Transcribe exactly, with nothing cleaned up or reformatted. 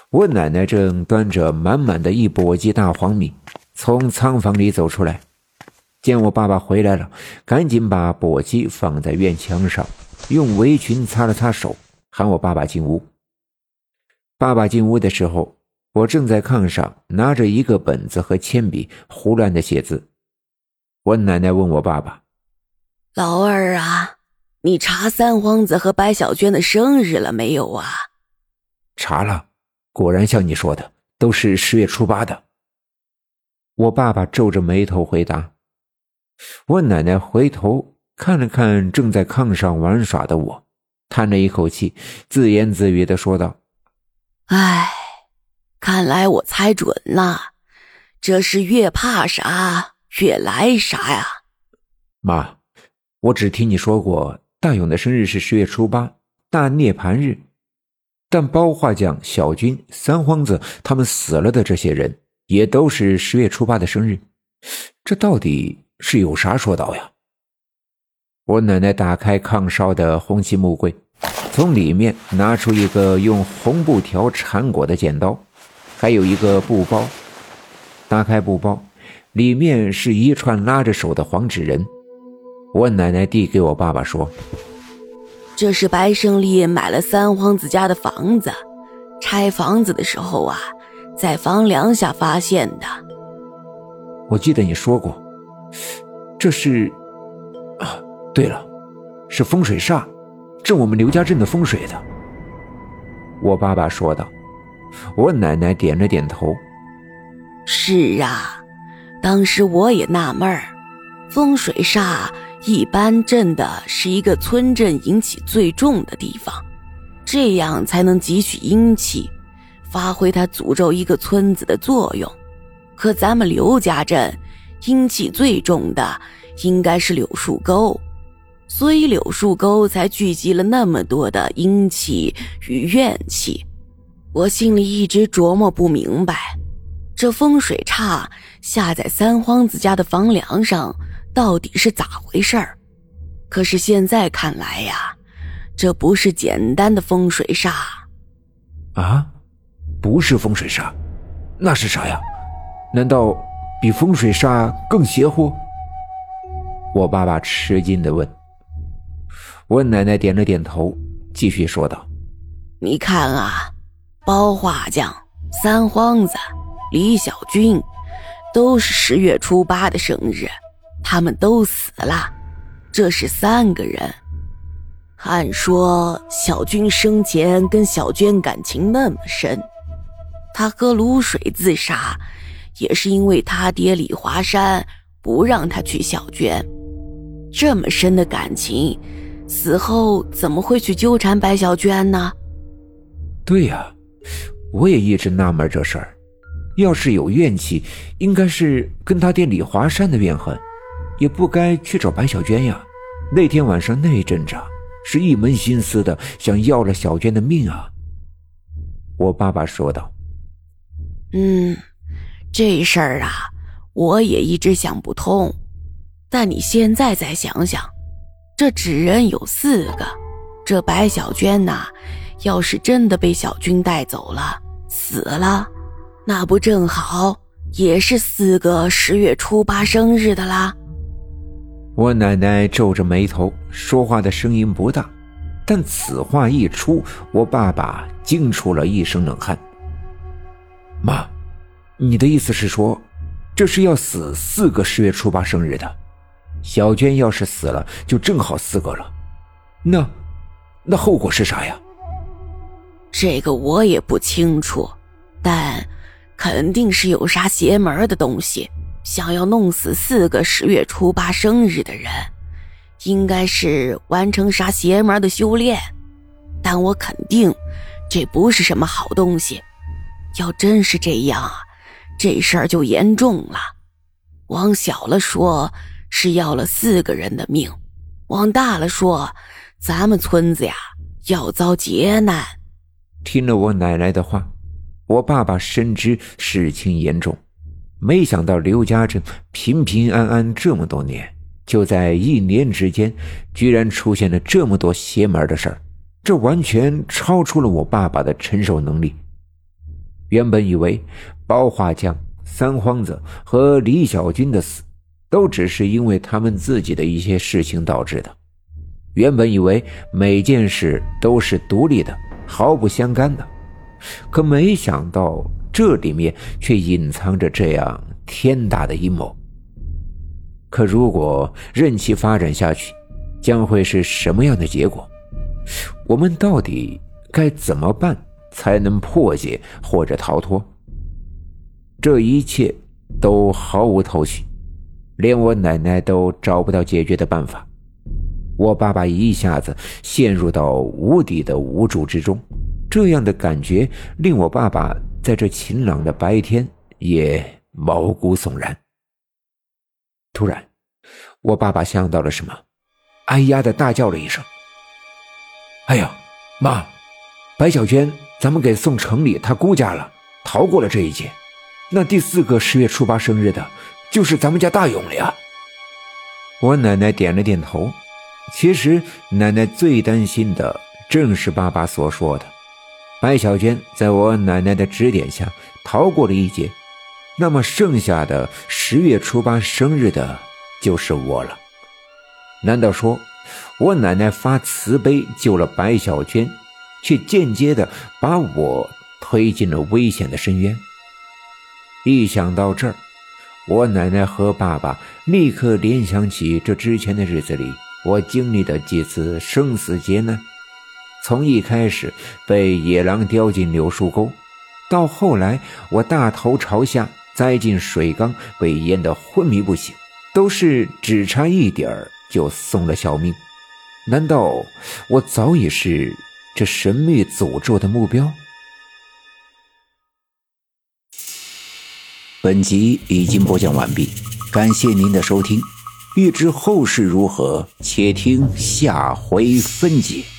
我奶奶正端着满满的一簸箕大黄米从仓房里走出来，见我爸爸回来了，赶紧把簸箕放在院墙上，用围裙擦了擦手，喊我爸爸进屋。爸爸进屋的时候，我正在炕上拿着一个本子和铅笔胡乱的写字。我奶奶问我爸爸： 老二啊，你查三皇子和白小娟的生日了没有啊？ 查了，果然像你说的，都是十月初八的。我爸爸皱着眉头回答。我奶奶回头看了看正在炕上玩耍的我，叹了一口气，自言自语地说道： 唉，看来我猜准了，这是越怕啥越来啥呀。 妈，我只听你说过大勇的生日是十月初八，大涅槃日，但包画匠小军、三皇子他们死了的这些人也都是十月初八的生日，这到底是有啥说道呀？我奶奶打开炕烧的红漆木柜，从里面拿出一个用红布条缠裹的剪刀，还有一个布包。打开布包，里面是一串拉着手的黄纸人。我奶奶递给我爸爸说： 这是白胜利买了三皇子家的房子，拆房子的时候啊，在房梁下发现的。 我记得你说过，这是啊，对了，是风水煞，正我们刘家镇的风水的。我爸爸说道。我奶奶点了点头。 是啊，当时我也纳闷儿，风水煞一般镇的是一个村镇阴气最重的地方，这样才能汲取阴气，发挥它诅咒一个村子的作用。可咱们刘家镇阴气最重的应该是柳树沟，所以柳树沟才聚集了那么多的阴气与怨气。我心里一直琢磨不明白，这风水煞下在三皇子家的房梁上到底是咋回事儿？可是现在看来呀，这不是简单的风水煞。 啊？不是风水煞，那是啥呀？难道比风水煞更邪乎？我爸爸吃惊地问。我奶奶点了点头，继续说道： 你看啊，包画匠、三皇子、李小军都是十月初八的生日，他们都死了，这是三个人。按说小军生前跟小娟感情那么深，他喝卤水自杀也是因为他爹李华山不让他娶小娟，这么深的感情，死后怎么会去纠缠白小娟呢？ 对呀，我也一直纳闷这事儿，要是有怨气，应该是跟他爹李华山的怨恨，也不该去找白小娟呀。那天晚上那阵仗，是一门心思的想要了小娟的命啊。我爸爸说道。 嗯，这事儿啊，我也一直想不通。但你现在再想想，这纸人有四个，这白小娟呐、啊，要是真的被小军带走了，死了，那不正好也是四个十月初八生日的啦？ 我奶奶皱着眉头，说话的声音不大，但此话一出，我爸爸惊出了一身冷汗。妈，你的意思是说，这是要死四个十月初八生日的？小娟要是死了，就正好四个了。那，那后果是啥呀？ 这个我也不清楚，但肯定是有啥邪门的东西，想要弄死四个十月初八生日的人，应该是完成啥邪门的修炼。但我肯定，这不是什么好东西。要真是这样啊，这事儿就严重了。往小了说，是要了四个人的命；往大了说，咱们村子呀，要遭劫难。 听了我奶奶的话，我爸爸深知事情严重，没想到刘家镇平平安安这么多年，就在一年之间，居然出现了这么多邪门的事儿，这完全超出了我爸爸的承受能力。 原本以为包画匠、三皇子和李小军的死都只是因为他们自己的一些事情导致的，原本以为每件事都是独立的，毫不相干的，可没想到这里面却隐藏着这样天大的阴谋。可如果任其发展下去，将会是什么样的结果？我们到底该怎么办才能破解或者逃脱？这一切都毫无头绪，连我奶奶都找不到解决的办法。我爸爸一下子陷入到无底的无助之中，这样的感觉令我爸爸在这晴朗的白天也毛骨悚然。突然，我爸爸想到了什么，哎呀的大叫了一声：“哎呀，妈，白小娟咱们给送城里她姑家了，逃过了这一劫。那第四个十月初八生日的就是咱们家大勇了呀。”我奶奶点了点头。其实奶奶最担心的正是爸爸所说的，白小娟在我奶奶的指点下逃过了一劫，那么剩下的十月初八生日的就是我了。难道说我奶奶发慈悲救了白小娟，却间接的把我推进了危险的深渊？一想到这儿，我奶奶和爸爸立刻联想起这之前的日子里我经历的几次生死劫难，从一开始被野狼叼进柳树沟，到后来我大头朝下栽进水缸被淹得昏迷不醒，都是只差一点儿就送了小命。难道我早已是这神秘诅咒的目标？ 本集已经播讲完毕，感谢您的收听。欲知后事如何，且听下回分解。